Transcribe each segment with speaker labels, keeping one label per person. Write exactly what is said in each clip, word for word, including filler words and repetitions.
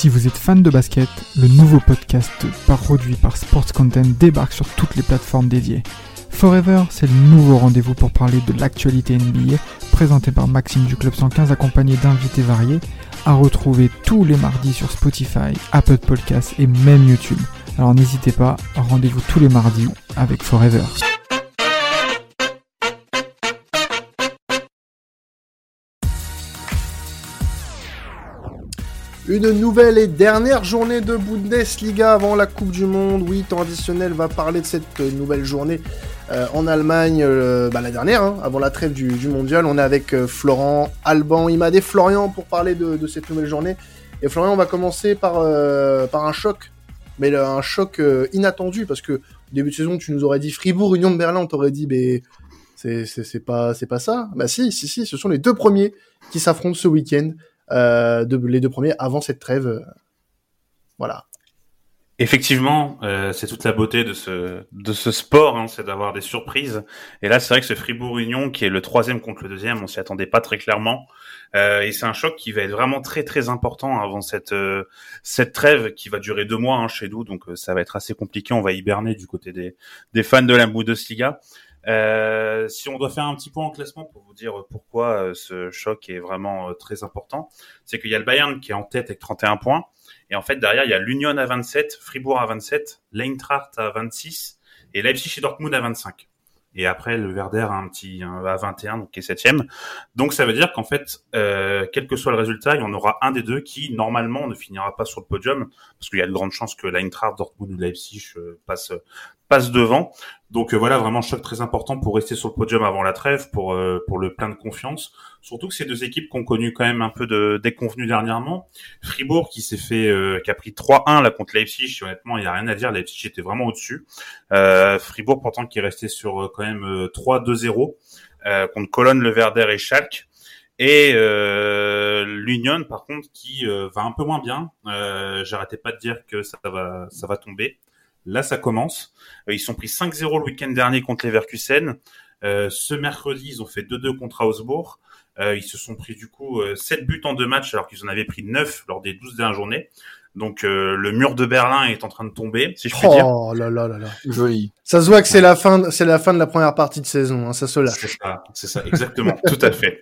Speaker 1: Si vous êtes fan de basket, le nouveau podcast produit par Sports Content débarque sur toutes les plateformes dédiées. Forever, c'est le nouveau rendez-vous pour parler de l'actualité N B A, présenté par Maxime du Club cent quinze accompagné d'invités variés, à retrouver tous les mardis sur Spotify, Apple Podcasts et même YouTube. Alors n'hésitez pas, rendez-vous tous les mardis avec Forever.
Speaker 2: Une nouvelle et dernière journée de Bundesliga avant la Coupe du Monde. Oui, temps additionnel va parler de cette nouvelle journée euh, en Allemagne, euh, bah, la dernière, hein, avant la trêve du, du Mondial. On est avec euh, Florent, Alban, Imad et Florian pour parler de, de cette nouvelle journée. Et Florian, on va commencer par, euh, par un choc, mais là, un choc euh, inattendu, parce que au début de saison, tu nous aurais dit Fribourg, Union de Berlin, on t'aurait dit, mais c'est, c'est, c'est, pas, c'est pas ça. Bah si, si, si, ce sont les deux premiers qui s'affrontent ce week-end. Euh, de, les deux premiers avant cette trêve, euh, voilà.
Speaker 3: Effectivement, euh, c'est toute la beauté de ce de ce sport, hein, c'est d'avoir des surprises. Et là, c'est vrai que ce Fribourg-Union, qui est le troisième contre le deuxième, on s'y attendait pas très clairement. Euh, et c'est un choc qui va être vraiment très très important avant cette euh, cette trêve qui va durer deux mois hein, chez nous. Donc euh, ça va être assez compliqué. On va hiberner du côté des des fans de la Bundesliga. Euh, si on doit faire un petit point en classement pour vous dire pourquoi euh, ce choc est vraiment euh, très important, c'est qu'il y a le Bayern qui est en tête avec trente et un points, et en fait derrière il y a l'Union à vingt-sept, Fribourg à vingt-sept, l'Eintracht à vingt-six et Leipzig et Dortmund à vingt-cinq. Et après le Werder a un petit un, à vingt et un, donc qui est septième. Donc ça veut dire qu'en fait, euh, quel que soit le résultat, il y en aura un des deux qui normalement ne finira pas sur le podium, parce qu'il y a de grandes chances que l'Eintracht, Dortmund ou Leipzig euh, passe passe devant. Donc euh, voilà, vraiment choc très important pour rester sur le podium avant la trêve, pour euh, pour le plein de confiance. Surtout que ces deux équipes qui ont connu quand même un peu de déconvenues dernièrement. Fribourg qui s'est fait, euh, qui a pris trois un là contre Leipzig. Honnêtement, il y a rien à dire. Leipzig était vraiment au-dessus. Euh, Fribourg pourtant qui est resté sur euh, quand même euh, trois deux zéro euh, contre Cologne, le Werder et Schalke. Et euh, l'Union par contre qui euh, va un peu moins bien. Euh, j'arrêtais pas de dire que ça va ça va tomber. Là, ça commence. Euh, ils sont pris cinq zéro le week-end dernier contre Leverkusen. Euh, ce mercredi, ils ont fait deux deux contre Augsbourg. Euh, ils se sont pris du coup euh, sept buts en deux matchs alors qu'ils en avaient pris neuf lors des douze dernières journées. Donc euh, le mur de Berlin est en train de tomber, si je puis
Speaker 2: oh,
Speaker 3: dire.
Speaker 2: Oh là là là là.
Speaker 4: Joli.
Speaker 2: Ça se voit que c'est la fin, de, c'est la fin de la première partie de saison. Hein, ça se lâche.
Speaker 3: C'est ça, c'est ça, exactement, tout à fait.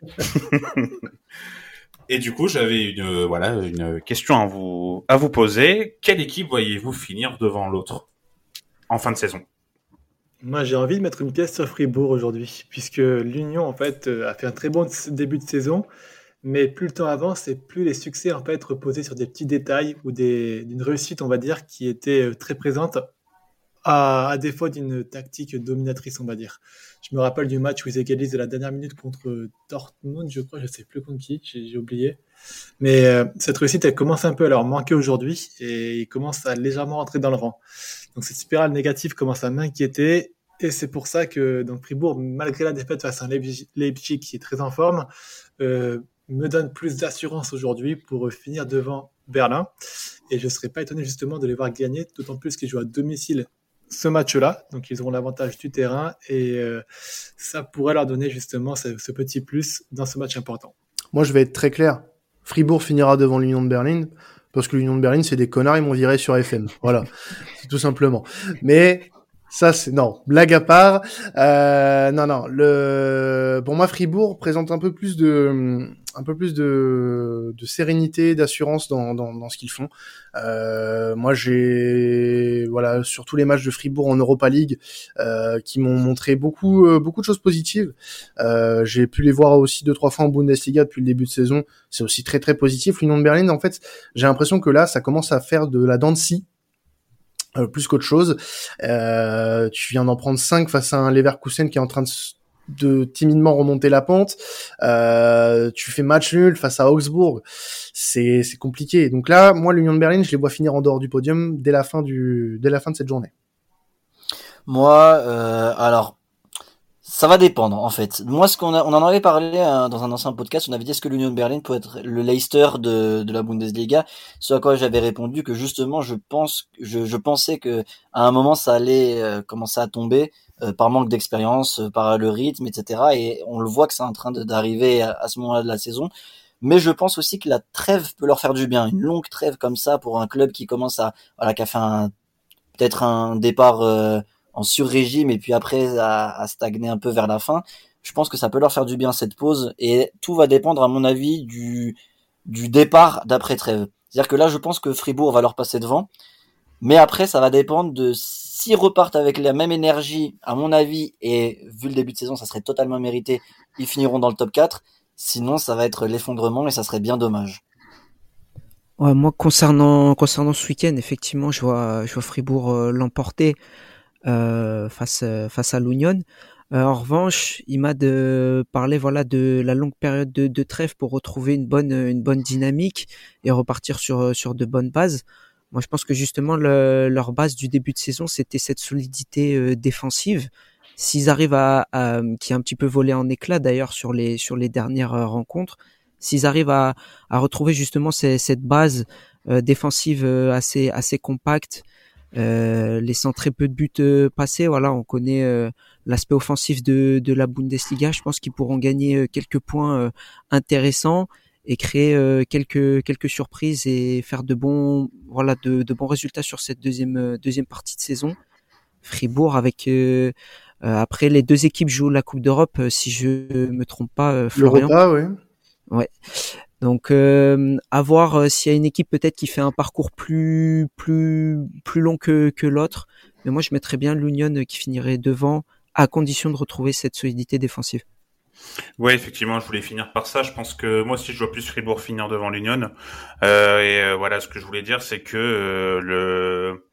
Speaker 3: Et du coup, j'avais une euh, voilà une question à vous à vous poser. Quelle équipe voyez-vous finir devant l'autre en fin de saison?
Speaker 5: Moi, j'ai envie de mettre une pièce sur Fribourg aujourd'hui, puisque l'Union, en fait, a fait un très bon début de saison, mais plus le temps avance et plus les succès, en fait, reposaient sur des petits détails ou des, d'une réussite, on va dire, qui était très présente, à, à défaut d'une tactique dominatrice, on va dire. Je me rappelle du match où ils égalisent à la dernière minute contre Dortmund, je crois, je ne sais plus contre qui, j'ai, j'ai oublié. Mais euh, cette réussite, elle commence un peu à leur manquer aujourd'hui et ils commencent à légèrement rentrer dans le rang. Donc cette spirale négative commence à m'inquiéter et c'est pour ça que donc Fribourg, malgré la défaite face à un Leipzig, Leipzig qui est très en forme, euh, me donne plus d'assurance aujourd'hui pour finir devant Berlin. Et je ne serais pas étonné justement de les voir gagner, d'autant plus qu'ils jouent à domicile ce match-là. Donc ils auront l'avantage du terrain et euh, ça pourrait leur donner justement ce, ce petit plus dans ce match important.
Speaker 2: Moi, je vais être très clair. Fribourg finira devant l'Union de Berlin. Parce que l'Union de Berlin, c'est des connards, ils m'ont viré sur F M. Voilà, c'est tout simplement. Mais ça, c'est non, blague à part. Euh, non, non. Le, pour moi, Fribourg présente un peu plus de, un peu plus de, de sérénité, d'assurance dans, dans, dans ce qu'ils font. Euh, moi, j'ai, voilà, sur tous les matchs de Fribourg en Europa League, euh, qui m'ont montré beaucoup, euh, beaucoup de choses positives. Euh, j'ai pu les voir aussi deux, trois fois en Bundesliga depuis le début de saison. C'est aussi très, très positif. L'Union de Berlin, en fait, j'ai l'impression que là, ça commence à faire de la dents de scie. Euh, plus qu'autre chose. Euh, tu viens d'en prendre cinq face à un Leverkusen qui est en train de, de timidement remonter la pente. Euh, tu fais match nul face à Augsbourg. C'est, c'est compliqué. Donc là, moi, l'Union de Berlin, je les vois finir en dehors du podium dès la fin du, dès la fin de cette journée.
Speaker 4: Moi, euh, alors, ça va dépendre, en fait. Moi, ce qu'on a, on en avait parlé hein, dans un ancien podcast, on avait dit est-ce que l'Union de Berlin peut être le Leicester de, de la Bundesliga, ce à quoi j'avais répondu que justement, je pense, je, je pensais que à un moment, ça allait euh, commencer à tomber euh, par manque d'expérience, euh, par le rythme, et cetera. Et on le voit que c'est en train de, d'arriver à, à ce moment-là de la saison. Mais je pense aussi que la trêve peut leur faire du bien. Une longue trêve comme ça pour un club qui commence à, voilà, qui a fait un, peut-être un départ euh, en sur-régime et puis après à, à stagner un peu vers la fin. Je pense que ça peut leur faire du bien cette pause et tout va dépendre à mon avis du du départ d'après trêve. C'est-à-dire que là, je pense que Fribourg va leur passer devant, mais après ça va dépendre de s'ils repartent avec la même énergie, à mon avis, et vu le début de saison, ça serait totalement mérité, ils finiront dans le top quatre. Sinon, ça va être l'effondrement et ça serait bien dommage.
Speaker 6: Ouais, moi, concernant, concernant ce week-end, effectivement, je vois, je vois Fribourg euh, l'emporter euh, face, euh, face à l'Union. Euh, en revanche, il m'a de parler voilà de la longue période de, de trêve pour retrouver une bonne, une bonne dynamique et repartir sur, sur de bonnes bases. Moi, je pense que justement, le, leur base du début de saison, c'était cette solidité euh, défensive. S'ils arrivent à, à, qui a un petit peu volé en éclats d'ailleurs sur les, sur les dernières euh, rencontres, s'ils arrivent à, à retrouver justement ces, cette base euh, défensive euh, assez, assez compacte, euh, laissant très peu de buts euh, passer, voilà, on connaît euh, l'aspect offensif de, de la Bundesliga. Je pense qu'ils pourront gagner euh, quelques points euh, intéressants et créer euh, quelques quelques surprises et faire de bons voilà de, de bons résultats sur cette deuxième euh, deuxième partie de saison. Fribourg avec euh, euh, après les deux équipes jouent la Coupe d'Europe euh, si je me trompe pas euh, Florian.
Speaker 2: L'Europa, oui.
Speaker 6: Ouais. Donc euh, à voir euh, s'il y a une équipe peut-être qui fait un parcours plus plus plus long que que l'autre, mais moi je mettrais bien l'Union qui finirait devant à condition de retrouver cette solidité défensive.
Speaker 3: Ouais, effectivement, je voulais finir par ça. Je pense que moi aussi, je vois plus Fribourg finir devant l'Union. Euh, et euh, voilà, ce que je voulais dire, c'est que euh, le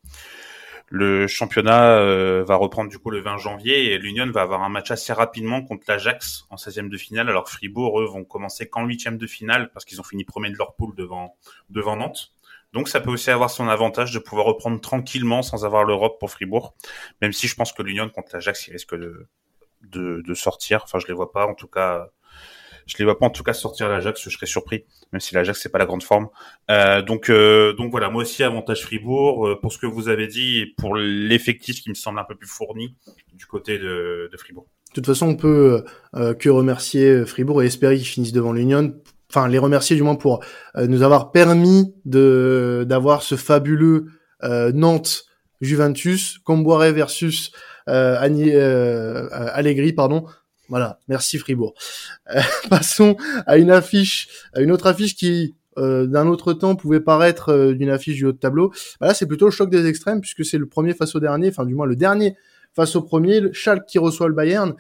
Speaker 3: le championnat euh, va reprendre du coup le vingt janvier et l'Union va avoir un match assez rapidement contre l'Ajax en seizième de finale. Alors Fribourg, eux, vont commencer qu'en huitième de finale parce qu'ils ont fini premier de leur poule devant devant Nantes. Donc ça peut aussi avoir son avantage de pouvoir reprendre tranquillement sans avoir l'Europe pour Fribourg. Même si je pense que l'Union contre l'Ajax, il risque de de, de sortir. Enfin, je les vois pas, en tout cas, je les vois pas en tout cas sortir l'Ajax. Je serais surpris, même si l'Ajax c'est pas la grande forme. Euh, donc, euh, donc voilà, moi aussi avantage Fribourg euh, pour ce que vous avez dit et pour l'effectif qui me semble un peu plus fourni du côté de, de Fribourg.
Speaker 2: De toute façon, on peut euh, que remercier Fribourg et espérer qu'ils finissent devant l'Union. Enfin, les remercier du moins pour euh, nous avoir permis de d'avoir ce fabuleux euh, Nantes Juventus, Comboiré versus euh, Agni, euh, Allegri, pardon. Voilà, merci Fribourg. Euh, passons à une affiche, à une autre affiche qui, euh, d'un autre temps, pouvait paraître euh, d'une affiche du haut de tableau. Bah là, c'est plutôt le choc des extrêmes puisque c'est le premier face au dernier, enfin du moins le dernier face au premier, le Schalke qui reçoit le Bayern.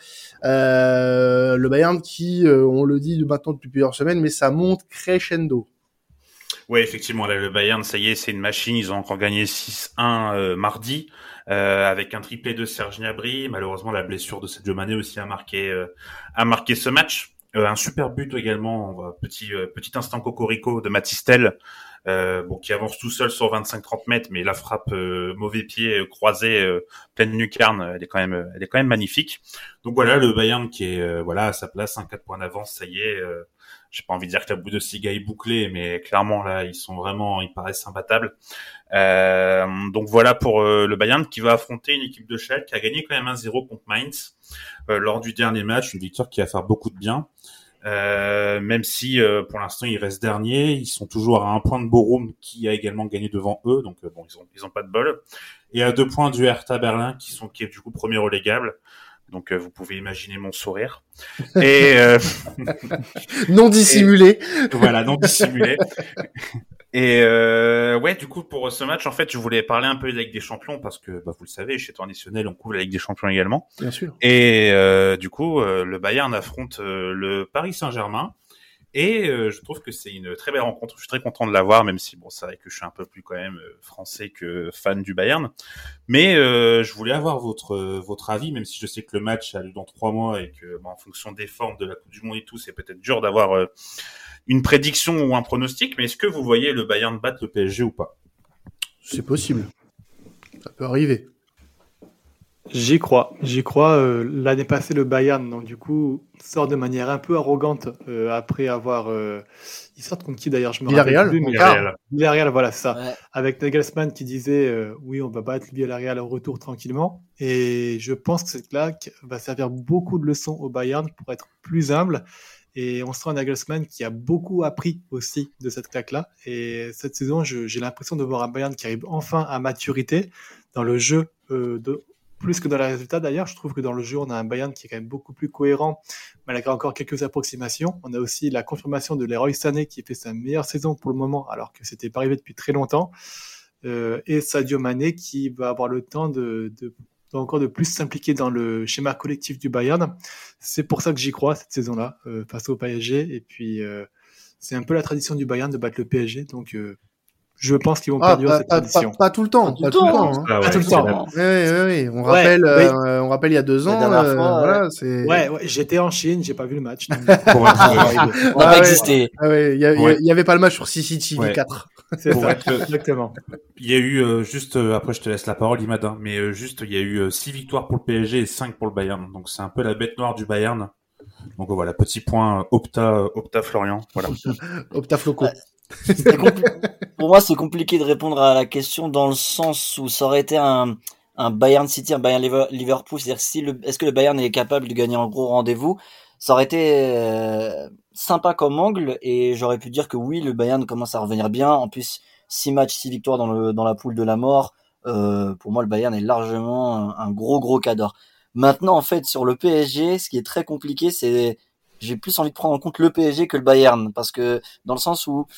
Speaker 2: Euh, le Bayern qui, euh, on le dit maintenant depuis plusieurs semaines, mais ça monte crescendo.
Speaker 3: Ouais, effectivement, là, le Bayern, ça y est, c'est une machine. Ils ont encore gagné six un euh, mardi euh, avec un triplé de Serge Gnabry. Malheureusement, la blessure de Sadio Mané aussi a marqué euh, a marqué ce match. Euh, un super but également, petit euh, petit instant cocorico de Matistel, euh, bon qui avance tout seul sur vingt-cinq trente mètres, mais la frappe euh, mauvais pied euh, croisé euh, pleine lucarne, elle est quand même elle est quand même magnifique. Donc voilà, le Bayern qui est euh, voilà à sa place, un quatre points d'avance, ça y est. Euh, j'ai pas envie de dire que la Bundesliga est bouclée, mais clairement là ils sont vraiment, ils paraissent imbattables. Euh, donc voilà pour euh, le Bayern qui va affronter une équipe de Schalke qui a gagné quand même un zéro contre Mainz euh, lors du dernier match, une victoire qui va faire beaucoup de bien. Euh, même si euh, pour l'instant ils restent derniers, ils sont toujours à un point de Bochum qui a également gagné devant eux, donc euh, bon ils ont ils ont pas de bol, et à deux points du Hertha Berlin qui sont qui est du coup premier relégable. Donc euh, vous pouvez imaginer mon sourire. Et euh...
Speaker 2: non dissimulé.
Speaker 3: Et, voilà, non dissimulé. Et euh, ouais, du coup pour ce match, en fait, je voulais parler un peu de la Ligue des Champions parce que bah, vous le savez, chez Traditionnel, on couvre la Ligue des Champions également.
Speaker 2: Bien sûr.
Speaker 3: Et euh, du coup, euh, le Bayern affronte euh, le Paris Saint-Germain. Et euh, je trouve que c'est une très belle rencontre. Je suis très content de la voir, même si bon, c'est vrai que je suis un peu plus quand même euh, français que fan du Bayern. Mais euh, je voulais avoir votre euh, votre avis, même si je sais que le match a lieu dans trois mois et que bon, en fonction des formes de la Coupe du Monde et tout, c'est peut-être dur d'avoir euh, une prédiction ou un pronostic. Mais est-ce que vous voyez le Bayern battre le P S G ou pas?
Speaker 2: C'est possible. Ça peut arriver.
Speaker 5: J'y crois, j'y crois. Euh, l'année passée, le Bayern, donc du coup, sort de manière un peu arrogante euh, après avoir. Euh, ils sortent contre qui d'ailleurs? Je me
Speaker 2: Villarreal,
Speaker 5: rappelle plus. Mais
Speaker 3: Villarreal.
Speaker 5: Villarreal, voilà, c'est ça.
Speaker 4: Ouais.
Speaker 5: Avec Nagelsmann qui disait euh, oui, on va battre Villarreal au retour tranquillement. Et je pense que cette claque va servir beaucoup de leçons au Bayern pour être plus humble Et on sent un Nagelsmann qui a beaucoup appris aussi de cette claque-là. Et cette saison, je, j'ai l'impression de voir un Bayern qui arrive enfin à maturité dans le jeu, euh, de, plus que dans les résultats d'ailleurs. Je trouve que dans le jeu, on a un Bayern qui est quand même beaucoup plus cohérent, malgré encore quelques approximations. On a aussi la confirmation de Leroy Sané qui fait sa meilleure saison pour le moment, alors que c'était pas arrivé depuis très longtemps. Euh, et Sadio Mané qui va avoir le temps de, de encore de plus s'impliquer dans le schéma collectif du Bayern. C'est pour ça que j'y crois cette saison-là, euh, face au P S G. Et puis, euh, c'est un peu la tradition du Bayern de battre le P S G. Donc, euh, je pense qu'ils vont
Speaker 2: Ah,
Speaker 5: perdurer
Speaker 2: pas,
Speaker 5: cette
Speaker 2: pas,
Speaker 5: tradition.
Speaker 2: pas, pas tout le temps, pas tout le temps. Hein.
Speaker 3: Ah ouais,
Speaker 5: Pas tout le
Speaker 3: c'est
Speaker 5: temps.
Speaker 3: la-
Speaker 2: Oui, oui, oui. On
Speaker 5: Ouais,
Speaker 2: rappelle,
Speaker 5: oui.
Speaker 2: euh, on rappelle il y a deux
Speaker 4: La
Speaker 2: ans.
Speaker 4: dernière
Speaker 2: euh,
Speaker 4: fois,
Speaker 2: voilà, c'est.
Speaker 5: Ouais, ouais, j'étais en Chine, j'ai pas vu le match. donc-
Speaker 3: Pour être,
Speaker 5: Ah,
Speaker 4: On va
Speaker 2: Ah
Speaker 4: pas
Speaker 2: ouais.
Speaker 4: exister.
Speaker 2: Ah ouais, il y, a- il y a-
Speaker 3: Ouais.
Speaker 2: il y avait pas le match sur C C T V
Speaker 3: Ouais.
Speaker 2: quatre.
Speaker 5: C'est
Speaker 3: Pour
Speaker 5: ça,
Speaker 3: être-
Speaker 5: exactement.
Speaker 3: Il y a eu euh, juste euh, après je te laisse la parole Imad, hein, mais euh, juste il y a eu euh, six victoires pour le P S G et cinq pour le Bayern. Donc c'est un peu la bête noire du Bayern. Donc euh, voilà, petit point euh, Opta euh, Opta Florian, voilà.
Speaker 2: Optafloco.
Speaker 4: Ouais. C'est compli- Pour moi, c'est compliqué de répondre à la question dans le sens où ça aurait été un, un Bayern City, un Bayern Liver- Liverpool. C'est-à-dire, si le, est-ce que le Bayern est capable de gagner un gros rendez-vous? Ça aurait été euh, sympa comme angle et j'aurais pu dire que oui, le Bayern commence à revenir bien. En plus, six matchs, six victoires dans le dans la poule de la mort. Euh, pour moi, le Bayern est largement un, un gros gros cadre. Maintenant, en fait, sur le P S G, ce qui est très compliqué, c'est j'ai plus envie de prendre en compte le P S G que le Bayern parce que dans le sens où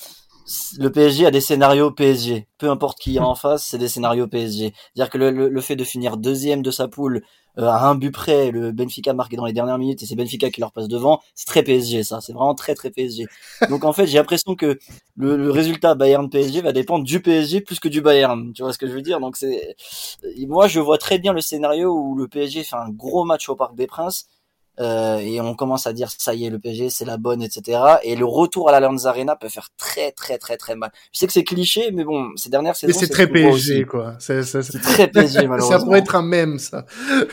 Speaker 4: le P S G a des scénarios P S G. Peu importe qui est en face, c'est des scénarios P S G. C'est-à-dire que le, le, le fait de finir deuxième de sa poule euh, à un but près, le Benfica marqué dans les dernières minutes et c'est Benfica qui leur passe devant, c'est très P S G ça. C'est vraiment très très P S G. Donc en fait, j'ai l'impression que le, le résultat Bayern-P S G va dépendre du P S G plus que du Bayern. Tu vois ce que je veux dire? Donc c'est, moi je vois très bien le scénario où le P S G fait un gros match au Parc des Princes. Euh, et on commence à dire ça y est, le P S G c'est la bonne, et cetera. Et le retour à l'Allianz Arena peut faire très très très très mal. Je sais que c'est cliché, mais bon, ces dernières
Speaker 2: Mais
Speaker 4: saisons
Speaker 2: c'est
Speaker 4: c'est
Speaker 2: très
Speaker 4: ce qu'on voit
Speaker 2: P S G,
Speaker 4: aussi.
Speaker 2: quoi. C'est, c'est,
Speaker 4: C'est très P S G
Speaker 2: ça
Speaker 4: malheureusement.
Speaker 2: pourrait être un mème, ça.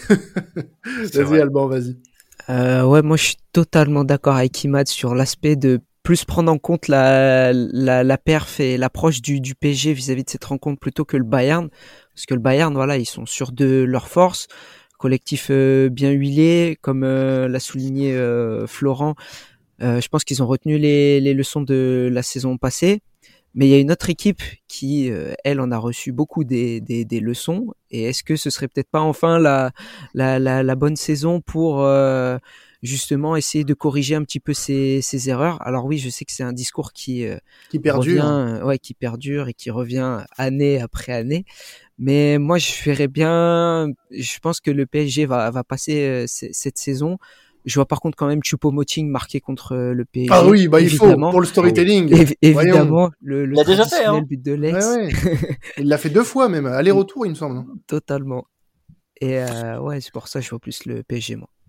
Speaker 3: C'est
Speaker 2: Vas-y,
Speaker 3: vrai.
Speaker 2: Alban, vas-y.
Speaker 6: Euh, ouais, moi je suis totalement d'accord avec Imad sur l'aspect de plus prendre en compte la, la, la perf et l'approche du, du P S G vis-à-vis de cette rencontre plutôt que le Bayern. Parce que le Bayern, voilà, ils sont sûrs de leur force. Collectif euh, bien huilé, comme euh, l'a souligné euh, Florent. Euh, je pense qu'ils ont retenu les, les leçons de la saison passée. Mais il y a une autre équipe qui, euh, elle, en a reçu beaucoup des, des, des leçons. Et est-ce que ce serait peut-être pas enfin la, la, la, la bonne saison pour euh, justement essayer de corriger un petit peu ces, ces erreurs? Alors oui, je sais que c'est un discours qui euh,
Speaker 2: Qui perdure.
Speaker 6: revient, ouais, qui perdure et qui revient année après année. Mais moi, je ferais bien. Je pense que le P S G va, va passer euh, c- cette saison. Je vois par contre quand même Choupo-Moting marqué contre euh, le P S G.
Speaker 2: Ah oui, bah il faut,
Speaker 6: évidemment.
Speaker 2: pour le storytelling.
Speaker 6: Évi-
Speaker 2: Voyons.
Speaker 6: évidemment, le, le
Speaker 4: Il l'a déjà fait,
Speaker 6: traditionnel
Speaker 4: hein.
Speaker 6: but de
Speaker 2: Ouais,
Speaker 6: l'ex.
Speaker 2: ouais. Il l'a fait deux fois même, aller-retour, il me semble. hein.
Speaker 6: Totalement. Et euh, ouais, c'est pour ça que je vois plus le P S G, moi.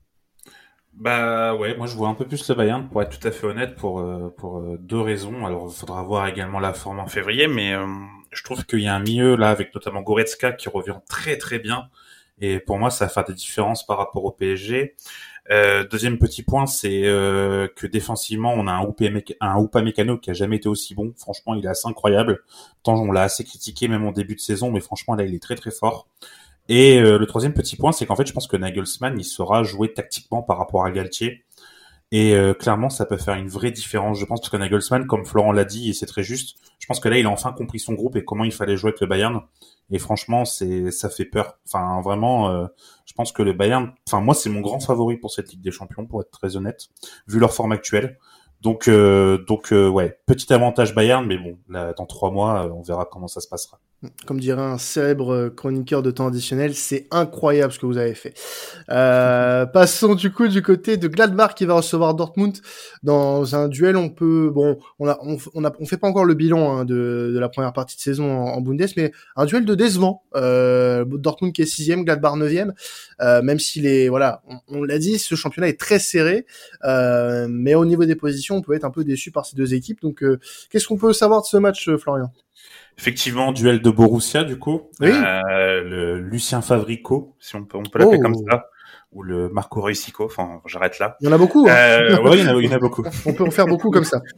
Speaker 3: Bah ouais, moi je vois un peu plus le Bayern pour être tout à fait honnête pour euh, pour euh, deux raisons. Alors il faudra voir également la forme en février, mais euh, je trouve qu'il y a un milieu là avec notamment Goretzka qui revient très très bien et pour moi ça va faire des différences par rapport au P S G. Euh, deuxième petit point, c'est euh, que défensivement on a un Upamecano, un Upamecano qui a jamais été aussi bon. Franchement, il est assez incroyable. Tant on l'a assez critiqué même en début de saison, mais franchement là il est très très fort. Et euh, le troisième petit point, c'est qu'en fait, je pense que Nagelsmann, il saura jouer tactiquement par rapport à Galtier. Et euh, clairement, ça peut faire une vraie différence, je pense, parce que Nagelsmann, comme Florent l'a dit, et c'est très juste, je pense que là, il a enfin compris son groupe et comment il fallait jouer avec le Bayern. Et franchement, c'est ça fait peur. Enfin, vraiment, euh, je pense que le Bayern... Enfin, moi, c'est mon grand favori pour cette Ligue des Champions, pour être très honnête, vu leur forme actuelle. Donc, euh, donc euh, ouais, petit avantage Bayern, mais bon, là, dans trois mois, euh, on verra comment ça se passera.
Speaker 2: Comme dirait un célèbre chroniqueur de temps additionnel, c'est incroyable ce que vous avez fait. Euh, passons du coup du côté de Gladbach qui va recevoir Dortmund dans un duel. On peut, bon, on a, on, on a, on fait pas encore le bilan hein, de, de la première partie de saison en, en Bundes, mais un duel de décevant. Euh, Dortmund qui est sixième, Gladbach neuvième. Euh, même s'il est, voilà, on, on l'a dit, ce championnat est très serré, euh, mais au niveau des positions, on peut être un peu déçu par ces deux équipes. Donc, euh, qu'est-ce qu'on peut savoir de ce match, Florian?
Speaker 3: Effectivement, duel de Borussia, du coup.
Speaker 2: Oui.
Speaker 3: Euh, le Lucien Favrico, si on peut, on peut l'appeler
Speaker 2: Oh.
Speaker 3: comme ça. ou le Marco Reus-Sico. Enfin, j'arrête là.
Speaker 2: Il y en a beaucoup. Hein.
Speaker 3: Euh, ouais, il y en a, il y en a beaucoup.
Speaker 2: On peut en faire beaucoup comme ça.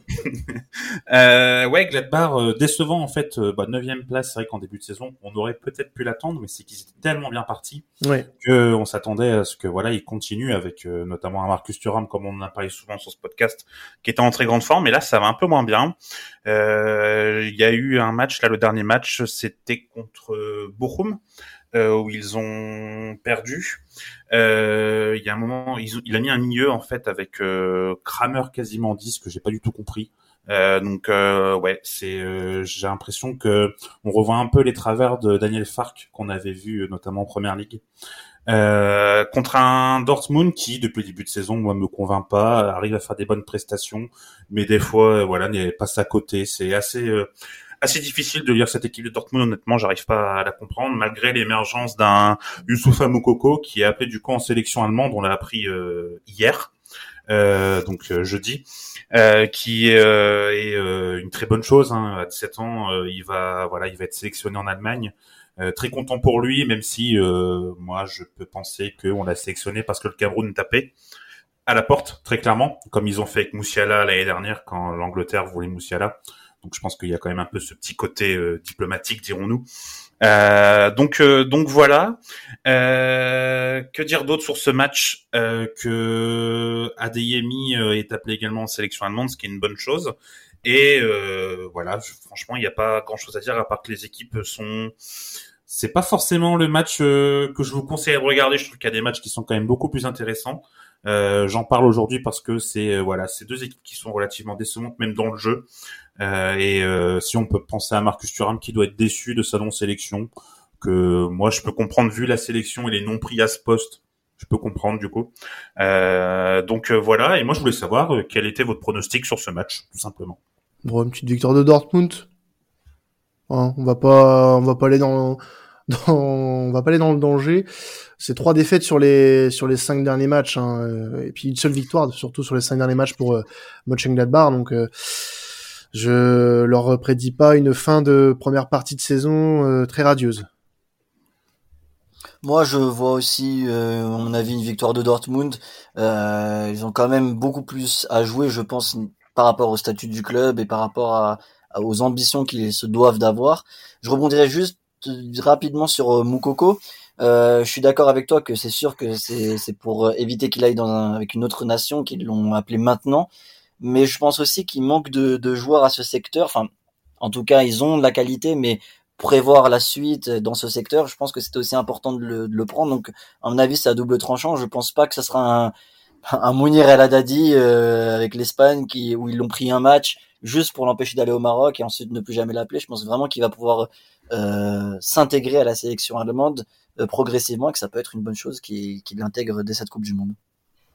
Speaker 3: euh, ouais, Gladbach, euh, décevant en fait. Euh, bah, neuvième place, c'est vrai qu'en début de saison, on aurait peut-être pu l'attendre, mais c'est qu'ils étaient tellement bien partis
Speaker 2: ouais.
Speaker 3: que on s'attendait à ce que voilà, ils continuent avec euh, notamment un Marcus Thuram, comme on en a parlé souvent sur ce podcast, qui était en très grande forme. Mais là, ça va un peu moins bien. Euh, il y a eu un match là, le dernier match, c'était contre euh, Bochum. Euh, où ils ont perdu. Euh, il y a un moment, ils ont, il a mis un milieu en fait avec euh, Kramer quasiment dix que j'ai pas du tout compris. Euh, donc euh, ouais, c'est, euh, j'ai l'impression que on revoit un peu les travers de Daniel Fark qu'on avait vu notamment en Première Ligue. Euh, contre un Dortmund qui, depuis le début de saison, moi, me convainc pas, arrive à faire des bonnes prestations, mais des fois, euh, voilà, n'est passe à côté. C'est assez euh, assez difficile de lire cette équipe de Dortmund. Honnêtement, j'arrive pas à la comprendre, malgré l'émergence d'un Youssoufa Moukoko qui est appelé du coup en sélection allemande. On l'a appris euh, hier, euh, donc euh, jeudi, euh, qui euh, est euh, une très bonne chose. Hein. À dix-sept ans, euh, il va, voilà, il va être sélectionné en Allemagne. Euh, très content pour lui, même si euh, moi je peux penser qu'on l'a sélectionné parce que le Cameroun tapait à la porte, très clairement, comme ils ont fait avec Moussiala l'année dernière quand l'Angleterre voulait Moussiala. Donc je pense qu'il y a quand même un peu ce petit côté euh, diplomatique, dirons-nous. Euh, donc euh, donc voilà. Euh, que dire d'autre sur ce match, euh, que Adeyemi euh, est appelé également en sélection allemande, ce qui est une bonne chose. Et euh, voilà, je, franchement, il n'y a pas grand-chose à dire à part que les équipes sont. C'est pas forcément le match euh, que je vous conseille de regarder. Je trouve qu'il y a des matchs qui sont quand même beaucoup plus intéressants. Euh, j'en parle aujourd'hui parce que c'est euh, voilà, c'est deux équipes qui sont relativement décevantes même dans le jeu. Euh, et euh, si on peut penser à Marcus Thuram qui doit être déçu de sa non-sélection, que moi je peux comprendre vu la sélection et les noms pris à ce poste. Je peux comprendre du coup. Euh, donc euh, voilà. Et moi je voulais savoir euh, quel était votre pronostic sur ce match, tout simplement.
Speaker 2: Bon, une petite victoire de Dortmund. Hein, on va pas, on va pas aller dans, dans, on va pas aller dans le danger. C'est trois défaites sur les sur les cinq derniers matchs, hein, et puis une seule victoire surtout sur les cinq derniers matchs pour euh, Mönchengladbach. Donc euh, je leur prédis pas une fin de première partie de saison euh, très radieuse.
Speaker 4: Moi, je vois aussi, euh, à mon avis, une victoire de Dortmund. Euh, ils ont quand même beaucoup plus à jouer, je pense, par rapport au statut du club et par rapport à, à aux ambitions qu'ils se doivent d'avoir. Je rebondirai juste rapidement sur euh, Moukoko. Euh, je suis d'accord avec toi que c'est sûr que c'est, c'est pour éviter qu'il aille dans un, avec une autre nation qu'ils l'ont appelé maintenant. Mais je pense aussi qu'il manque de, de joueurs à ce secteur. Enfin, en tout cas, ils ont de la qualité, mais prévoir la suite dans ce secteur, je pense que c'est aussi important de le, de le prendre. Donc, à mon avis, c'est à double tranchant. Je pense pas que ça sera un, un Mounir El Haddadi euh, avec l'Espagne qui où ils l'ont pris un match juste pour l'empêcher d'aller au Maroc et ensuite ne plus jamais l'appeler. Je pense vraiment qu'il va pouvoir euh, s'intégrer à la sélection allemande euh, progressivement et que ça peut être une bonne chose qu'il, qu'il l'intègre dès cette Coupe du Monde.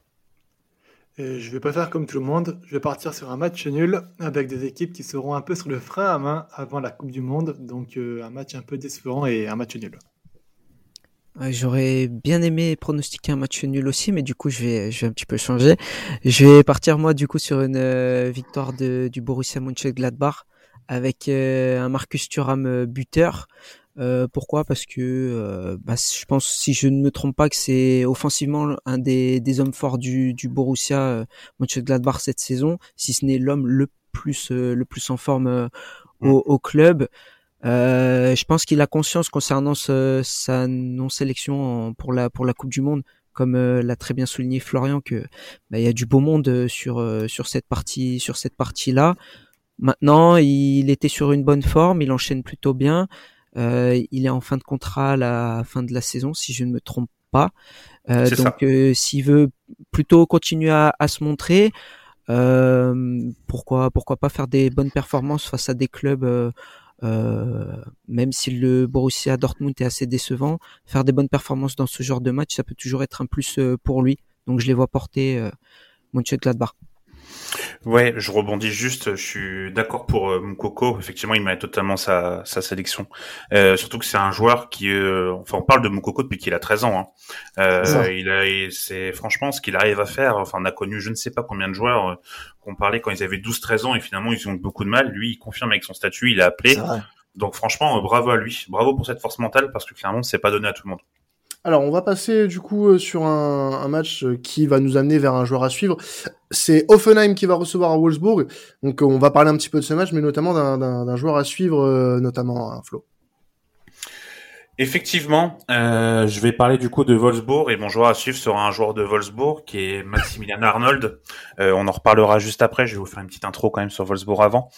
Speaker 5: Et je vais pas faire comme tout le monde, je vais partir sur un match nul avec des équipes qui seront un peu sur le frein à main avant la Coupe du Monde, donc euh, un match un peu décevant et un match nul.
Speaker 6: Ouais, j'aurais bien aimé pronostiquer un match nul aussi, mais du coup je vais, je vais un petit peu changer. Je vais partir moi du coup sur une euh, victoire de, du Borussia Mönchengladbach avec euh, un Marcus Thuram euh, buteur. Euh, pourquoi ? Parce que euh, bah, je pense, si je ne me trompe pas, que c'est offensivement un des, des hommes forts du, du Borussia euh, Mönchengladbach cette saison, si ce n'est l'homme le plus euh, le plus en forme euh, au, au club. Euh, je pense qu'il a conscience concernant ce, sa non-sélection en, pour la pour la Coupe du Monde, comme euh, l'a très bien souligné Florian, que bah, il y a du beau monde sur euh, sur cette partie sur cette partie-là. Maintenant, il était sur une bonne forme, il enchaîne plutôt bien. Euh, il est en fin de contrat à la fin de la saison, si je ne me trompe pas. Euh, donc, euh, s'il veut plutôt continuer à, à se montrer, euh, pourquoi pourquoi pas faire des bonnes performances face à des clubs, euh, euh, même si le Borussia Dortmund est assez décevant, faire des bonnes performances dans ce genre de match, ça peut toujours être un plus euh, pour lui. Donc, je les vois porter euh, Mönchengladbach.
Speaker 3: Ouais, je rebondis juste, je suis d'accord pour euh, Moukoko, effectivement il mérite totalement sa, sa sélection, euh, surtout que c'est un joueur qui, euh, enfin on parle de Moukoko depuis qu'il a treize ans, hein. euh, il a, c'est franchement ce qu'il arrive à faire, enfin on a connu je ne sais pas combien de joueurs euh, qu'on parlait quand ils avaient douze treize ans et finalement ils ont eu beaucoup de mal, lui il confirme avec son statut, il est appelé, donc franchement euh, bravo à lui, bravo pour cette force mentale parce que clairement c'est pas donné à tout le monde.
Speaker 2: Alors, on va passer du coup sur un, un match qui va nous amener vers un joueur à suivre. C'est Hoffenheim qui va recevoir à Wolfsburg. Donc, on va parler un petit peu de ce match, mais notamment d'un, d'un, d'un joueur à suivre, euh, notamment un Flo.
Speaker 3: Effectivement, euh, je vais parler du coup de Wolfsburg et mon joueur à suivre sera un joueur de Wolfsburg qui est Maximilian Arnold. Euh, on en reparlera juste après. Je vais vous faire une petite intro quand même sur Wolfsburg avant.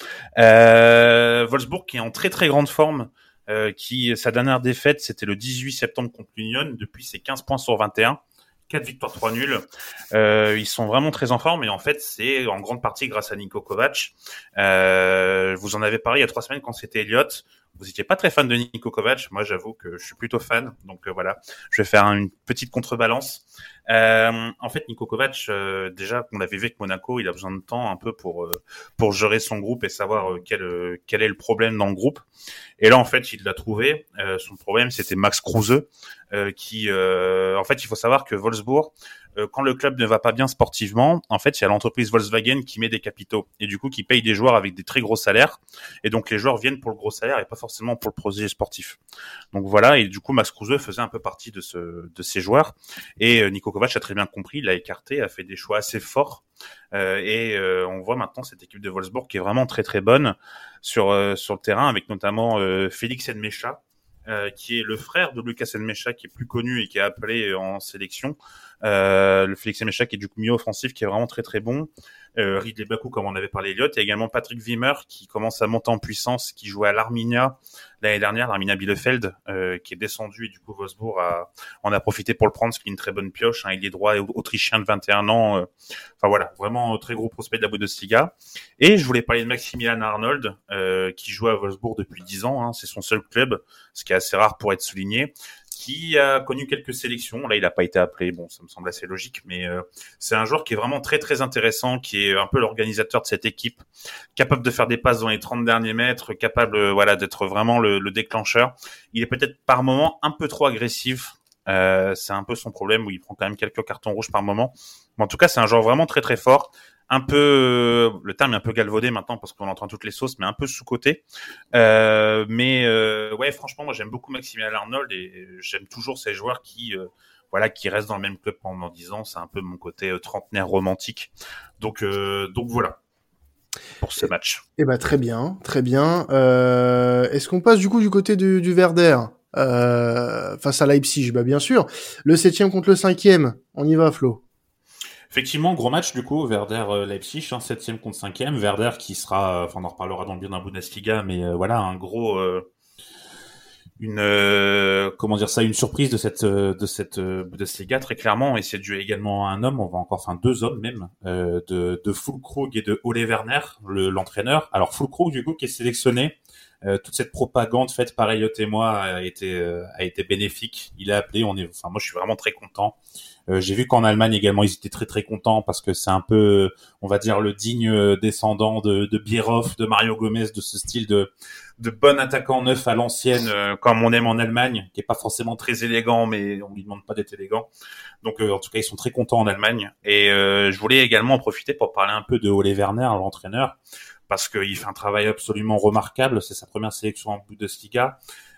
Speaker 3: Euh, Wolfsburg qui est en très très grande forme. Euh, qui sa dernière défaite c'était le dix-huit septembre contre l'Union. Depuis c'est quinze points sur vingt et un, quatre victoires, trois nuls. Euh, ils sont vraiment très en forme et en fait c'est en grande partie grâce à Niko Kovac. Euh, vous en avez parlé il y a trois semaines quand c'était Elliott. Vous étiez pas très fan de Niko Kovac. Moi j'avoue que je suis plutôt fan. Donc euh, voilà, je vais faire une petite contrebalance. Euh, en fait, Niko Kovac, euh, déjà, on l'avait vu avec Monaco, il a besoin de temps un peu pour euh, pour gérer son groupe et savoir euh, quel euh, quel est le problème dans le groupe. Et là, en fait, il l'a trouvé. Euh, son problème, c'était Max Kruse, euh, qui, euh, en fait, il faut savoir que Wolfsburg, euh, quand le club ne va pas bien sportivement, en fait, il y a l'entreprise Volkswagen qui met des capitaux et du coup qui paye des joueurs avec des très gros salaires. Et donc les joueurs viennent pour le gros salaire et pas forcément pour le projet sportif. Donc voilà. Et du coup, Max Kruse faisait un peu partie de ce de ces joueurs. Et euh, Niko Kovac a très bien compris, il l'a écarté, a fait des choix assez forts. Euh, et euh, on voit maintenant cette équipe de Wolfsburg qui est vraiment très très bonne sur euh, sur le terrain, avec notamment euh, Félix Nmecha, euh, qui est le frère de Lucas Nmecha, qui est plus connu et qui est appelé en sélection. Euh, le Félix Nmecha qui est du coup milieu offensif, qui est vraiment très très bon. Euh, Ridley Bakou, comme on avait parlé, Elliott, et également Patrick Wimmer qui commence à monter en puissance, qui jouait à l'Arminia l'année dernière, l'Arminia Bielefeld, euh, qui est descendu et du coup Wolfsburg a, en a profité pour le prendre, ce qui est une très bonne pioche. Hein, il est droit autrichien de vingt et un ans. Euh, enfin voilà, vraiment très gros prospect de la Bundesliga. Et je voulais parler de Maximilian Arnold, euh, qui joue à Wolfsburg depuis dix ans. Hein, c'est son seul club, ce qui est assez rare pour être souligné. Qui a connu quelques sélections. Là, il n'a pas été appelé. Bon, ça me semble assez logique, mais euh, c'est un joueur qui est vraiment très très intéressant, qui est un peu l'organisateur de cette équipe, capable de faire des passes dans les trente derniers mètres, capable, euh, voilà, d'être vraiment le, le déclencheur. Il est peut-être par moment un peu trop agressif. Euh, c'est un peu son problème où il prend quand même quelques cartons rouges par moment. Mais en tout cas, c'est un joueur vraiment très très fort. Un peu, le terme est un peu galvaudé maintenant parce qu'on entend toutes les sauces, mais un peu sous-coté. Euh, mais euh, ouais, franchement, moi j'aime beaucoup Maximilian Arnold et j'aime toujours ces joueurs qui, euh, voilà, qui restent dans le même club pendant dix ans. C'est un peu mon côté euh, trentenaire romantique. Donc, euh, donc voilà pour ce match.
Speaker 2: Eh ben très bien, très bien. Euh, est-ce qu'on passe du coup du côté du, du Werder euh, face à Leipzig? Bah bien sûr. Le septième contre le cinquième. On y va, Flo.
Speaker 3: Effectivement, gros match du coup, Werder-Leipzig, hein, septième contre cinquième. Werder qui sera, enfin on en reparlera dans le bien d'un Bundesliga, mais euh, voilà, un gros, euh, une, euh, comment dire ça, une surprise de cette de cette Bundesliga très clairement, et c'est dû également à un homme, on va encore, enfin deux hommes même, euh, de de Füllkrug et de Ole Werner, le, l'entraîneur. Alors Füllkrug du coup qui est sélectionné. Euh, toute cette propagande faite par Elliott et moi a été euh, a été bénéfique. Il a appelé, on est, enfin moi je suis vraiment très content. Euh, j'ai vu qu'en Allemagne également ils étaient très très contents parce que c'est un peu, on va dire, le digne descendant de, de Bierhoff, de Mario Gomez, de ce style de de bon attaquant neuf à l'ancienne, euh, comme on aime en Allemagne, qui est pas forcément très élégant, mais on lui demande pas d'être élégant. Donc euh, en tout cas ils sont très contents en Allemagne. Et euh, je voulais également en profiter pour parler un peu de Ole Werner, l'entraîneur, parce qu'il fait un travail absolument remarquable. C'est sa première sélection en Bundesliga.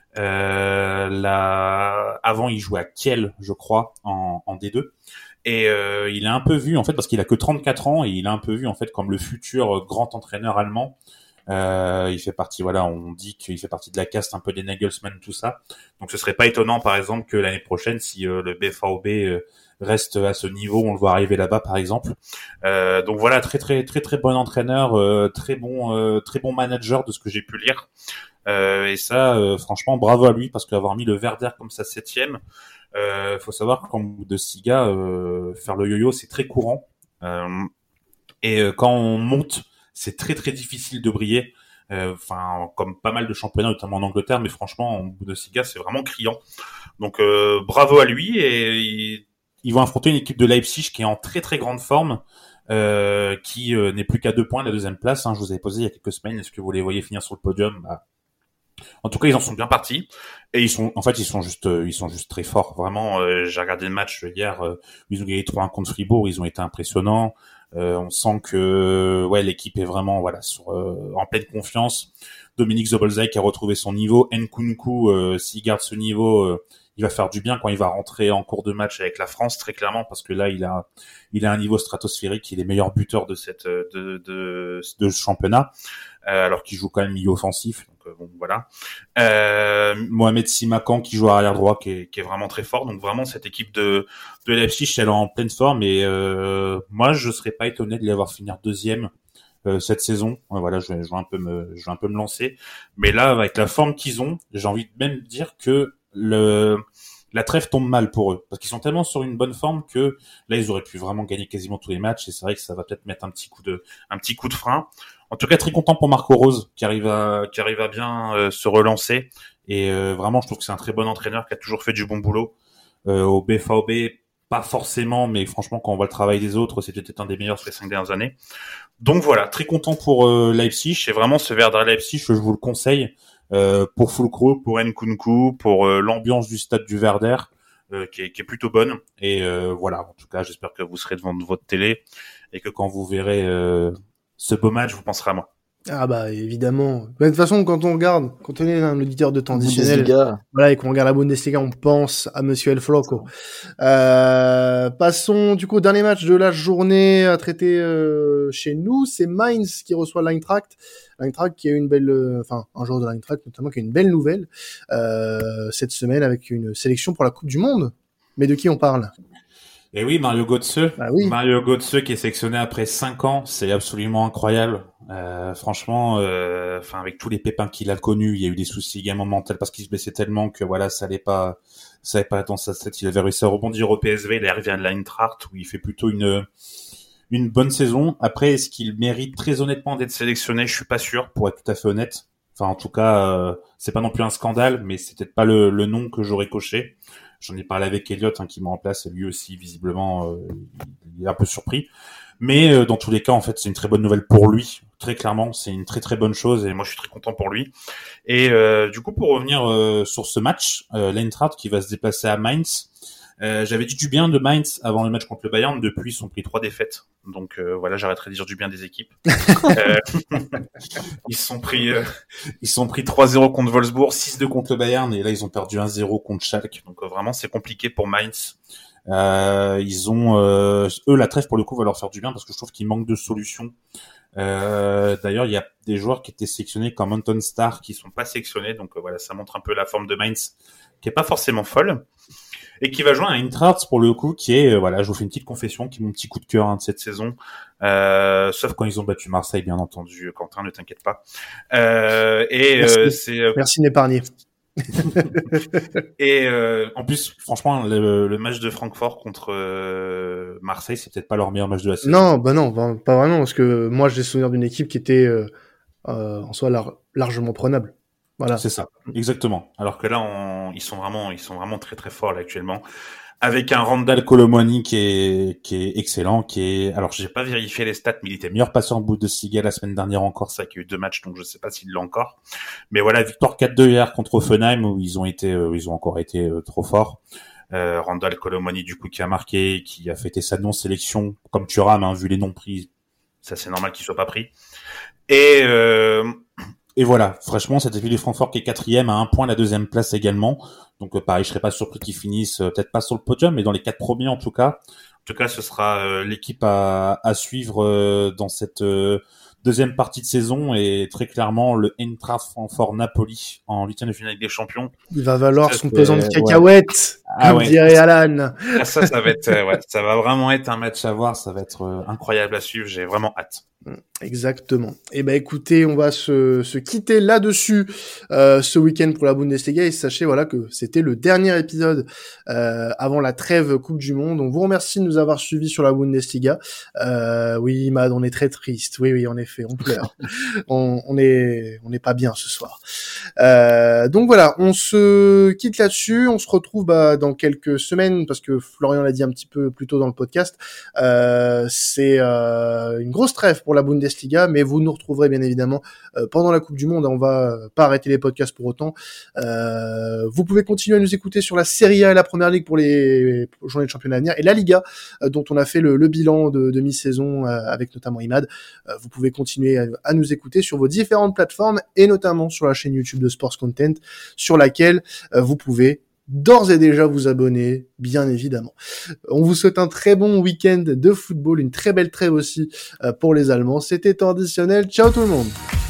Speaker 3: Euh, la... Avant, il jouait à Kiel, je crois, en, en D deux. Et euh, il a un peu vu, en fait, parce qu'il a que trente-quatre ans, et il a un peu vu, en fait, comme le futur grand entraîneur allemand. Euh, il fait partie, voilà, on dit qu'il fait partie de la caste un peu des Nagelsmann, tout ça. Donc, ce serait pas étonnant, par exemple, que l'année prochaine, si euh, le B V B euh, reste à ce niveau, on le voit arriver là-bas, par exemple. Euh, donc voilà, très très très très bon entraîneur, euh, très bon euh, très bon manager de ce que j'ai pu lire. Euh, et ça, euh, franchement, bravo à lui, parce qu'avoir mis le Werder comme sa septième, euh, faut savoir qu'en Bundesliga, euh, faire le yo-yo, c'est très courant. Euh, et euh, quand on monte, c'est très très difficile de briller. Enfin, euh, comme pas mal de championnats, notamment en Angleterre, mais franchement, en Bundesliga, c'est vraiment criant. Donc, euh, bravo à lui. Et il, ils vont affronter une équipe de Leipzig qui est en très très grande forme, euh, qui euh, n'est plus qu'à deux points de la deuxième place. Hein. Je vous avais posé il y a quelques semaines, est-ce que vous les voyez finir sur le podium? Bah, en tout cas, ils en sont bien partis et ils sont, en fait, ils sont juste, euh, ils sont juste très forts. Vraiment, euh, j'ai regardé le match hier. Euh, ils ont gagné trois un contre Fribourg. Ils ont été impressionnants. Euh, on sent que ouais l'équipe est vraiment voilà sur euh, en pleine confiance. Dominique Szoboszlai qui a retrouvé son niveau. Nkunku, euh, s'il garde ce niveau, euh, il va faire du bien quand il va rentrer en cours de match avec la France, très clairement, parce que là, il a, il a un niveau stratosphérique. Il est meilleur buteur de cette, de, de, de ce championnat, euh, alors qu'il joue quand même milieu offensif. Donc euh, bon, voilà. Euh, Mohamed Simakan qui joue arrière droit, qui est, qui est vraiment très fort. Donc vraiment, cette équipe de, de Leipzig, elle est en pleine forme. Et euh, moi, je serais pas étonné de les voir finir deuxième. Euh, cette saison, ouais, voilà, je vais, je vais un peu me, je vais un peu me lancer. Mais là, avec la forme qu'ils ont, j'ai envie de même dire que le, la trêve tombe mal pour eux, parce qu'ils sont tellement sur une bonne forme que là, ils auraient pu vraiment gagner quasiment tous les matchs. Et c'est vrai que ça va peut-être mettre un petit coup de, un petit coup de frein. En tout cas, très content pour Marco Rose qui arrive à, qui arrive à bien euh, se relancer. Et euh, vraiment, je trouve que c'est un très bon entraîneur qui a toujours fait du bon boulot euh, au B F A O B. Pas forcément, mais franchement, quand on voit le travail des autres, c'est peut-être un des meilleurs sur les cinq dernières années. Donc voilà, très content pour euh, Leipzig. Et vraiment, ce Werder Leipzig, je vous le conseille euh, pour Füllkrug, pour Nkunku, pour euh, l'ambiance du stade du Werder, euh, qui, est, qui est plutôt bonne. Et euh, voilà, en tout cas, j'espère que vous serez devant votre télé et que quand vous verrez euh, ce beau match, vous penserez à moi.
Speaker 2: Ah bah évidemment. De toute façon, quand on regarde, quand on est un auditeur de temps additionnel,
Speaker 4: Bundesliga.
Speaker 2: voilà, et qu'on regarde la Bundesliga, on pense à Monsieur El Floco. Euh, passons du coup au dernier match de la journée à traiter euh, chez nous. C'est Mainz qui reçoit l'Eintracht. L'Eintracht qui a eu une belle, euh, enfin un joueur de l'Eintracht notamment qui a une belle nouvelle euh, cette semaine avec une sélection pour la Coupe du Monde. Mais de qui on parle?
Speaker 3: Et oui, Mario Götze.
Speaker 2: Ah oui.
Speaker 3: Mario Götze qui est sélectionné après cinq ans, c'est absolument incroyable. Euh, franchement, euh, enfin avec tous les pépins qu'il a connus, il y a eu des soucis également mentaux parce qu'il se blessait tellement que voilà, ça allait pas, ça allait pas dans sa tête. Il avait réussi à rebondir au P S V, il est arrivé à l'Eintracht où il fait plutôt une une bonne saison. Après, est-ce qu'il mérite très honnêtement d'être sélectionné? Je suis pas sûr, pour être tout à fait honnête. Enfin, en tout cas, euh, c'est pas non plus un scandale, mais c'est peut-être pas le, le nom que j'aurais coché. J'en ai parlé avec Elliot, hein, qui me remplace, et lui aussi, visiblement, euh, il est un peu surpris. Mais euh, dans tous les cas, en fait, c'est une très bonne nouvelle pour lui. Très clairement, c'est une très très bonne chose, et moi, je suis très content pour lui. Et euh, du coup, pour revenir euh, sur ce match, euh, l'Eintracht qui va se déplacer à Mainz, euh, j'avais dit du bien de Mainz avant le match contre le Bayern. Depuis, ils ont pris trois défaites. Donc euh, voilà, j'arrêterai de dire du bien des équipes. euh, ils se sont pris, euh, ils se sont pris trois zéro contre Wolfsburg, six deux contre le Bayern, et là ils ont perdu un zéro contre Schalke. Donc euh, vraiment, c'est compliqué pour Mainz. Euh, ils ont, euh, eux, la trêve pour le coup va leur faire du bien parce que je trouve qu'il manque de solutions. Euh, d'ailleurs, il y a des joueurs qui étaient sélectionnés comme Anton Starr qui sont pas sélectionnés. Donc euh, voilà, ça montre un peu la forme de Mainz qui est pas forcément folle. Et qui va joindre à Eintracht pour le coup, qui est, euh, voilà, je vous fais une petite confession, qui est mon petit coup de cœur hein, de cette saison, euh, sauf quand ils ont battu Marseille, bien entendu, Quentin, ne t'inquiète pas. Euh, et
Speaker 2: Merci,
Speaker 3: euh, c'est euh,
Speaker 2: Merci d'épargner.
Speaker 3: et euh, en plus, franchement, le, le match de Francfort contre euh, Marseille, c'est peut-être pas leur meilleur match de la saison.
Speaker 2: Non, bah non, bah, pas vraiment, parce que moi j'ai souvenir d'une équipe qui était euh, euh, en soi lar- largement prenable. Voilà.
Speaker 3: C'est ça, exactement. Alors que là, on, ils sont vraiment, ils sont vraiment très très forts là actuellement. Avec un Randall Colomwani qui est qui est excellent, qui est, alors j'ai pas vérifié les stats, mais il était meilleur passeur en Bundesliga la semaine dernière encore, ça qui a eu deux matchs, donc je sais pas s'il l'a encore. Mais voilà, victoire quatre deux hier contre Offenheim où ils ont été, euh, ils ont encore été euh, trop forts. Euh, Randall Colomwani du coup qui a marqué, qui a fêté sa non-sélection comme Thuram, hein, vu les noms pris, ça c'est normal qu'il soit pas pris. Et euh, Et voilà, franchement, cette équipe de Francfort qui est quatrième à un point la deuxième place également. Donc euh, pareil, je serais pas surpris qu'ils finissent euh, peut-être pas sur le podium, mais dans les quatre premiers en tout cas. En tout cas, ce sera euh, l'équipe à, à suivre euh, dans cette euh, deuxième partie de saison et très clairement le Eintracht Francfort-Napoli en huitième de finale des Champions.
Speaker 2: Il va valoir
Speaker 3: ça,
Speaker 2: son pesant de
Speaker 3: ouais.
Speaker 2: cacahuètes,
Speaker 3: Ah
Speaker 2: comme
Speaker 3: ouais.
Speaker 2: dirait Alan.
Speaker 3: Ah, ça, ça va être, euh, ouais, ça va vraiment être un match à voir. Ça va être euh, incroyable à suivre. J'ai vraiment hâte.
Speaker 2: Exactement. Eh ben écoutez, on va se, se quitter là-dessus euh, ce week-end pour la Bundesliga et sachez voilà que c'était le dernier épisode euh, avant la trêve Coupe du Monde. On vous remercie de nous avoir suivis sur la Bundesliga. Euh, oui, Mad, on est très triste. Oui, oui, en effet, on pleure. on, on est, on n'est pas bien ce soir. Euh, donc voilà, on se quitte là-dessus. On se retrouve bah, dans quelques semaines, parce que Florian l'a dit un petit peu plus tôt dans le podcast, euh, c'est euh, une grosse trêve pour la Bundesliga, mais vous nous retrouverez bien évidemment euh, pendant la Coupe du Monde. On va pas arrêter les podcasts pour autant. Euh, vous pouvez continuer à nous écouter sur la Serie A et la Première Ligue pour les journées de championnat à venir, et la Liga, euh, dont on a fait le, le bilan de, de mi-saison euh, avec notamment Imad. Euh, vous pouvez continuer à, à nous écouter sur vos différentes plateformes, et notamment sur la chaîne YouTube de Sports Content, sur laquelle euh, vous pouvez d'ores et déjà vous abonner, bien évidemment. On vous souhaite un très bon week-end de football, une très belle trêve aussi euh, pour les Allemands. C'était Traditionnel. Ciao tout le monde.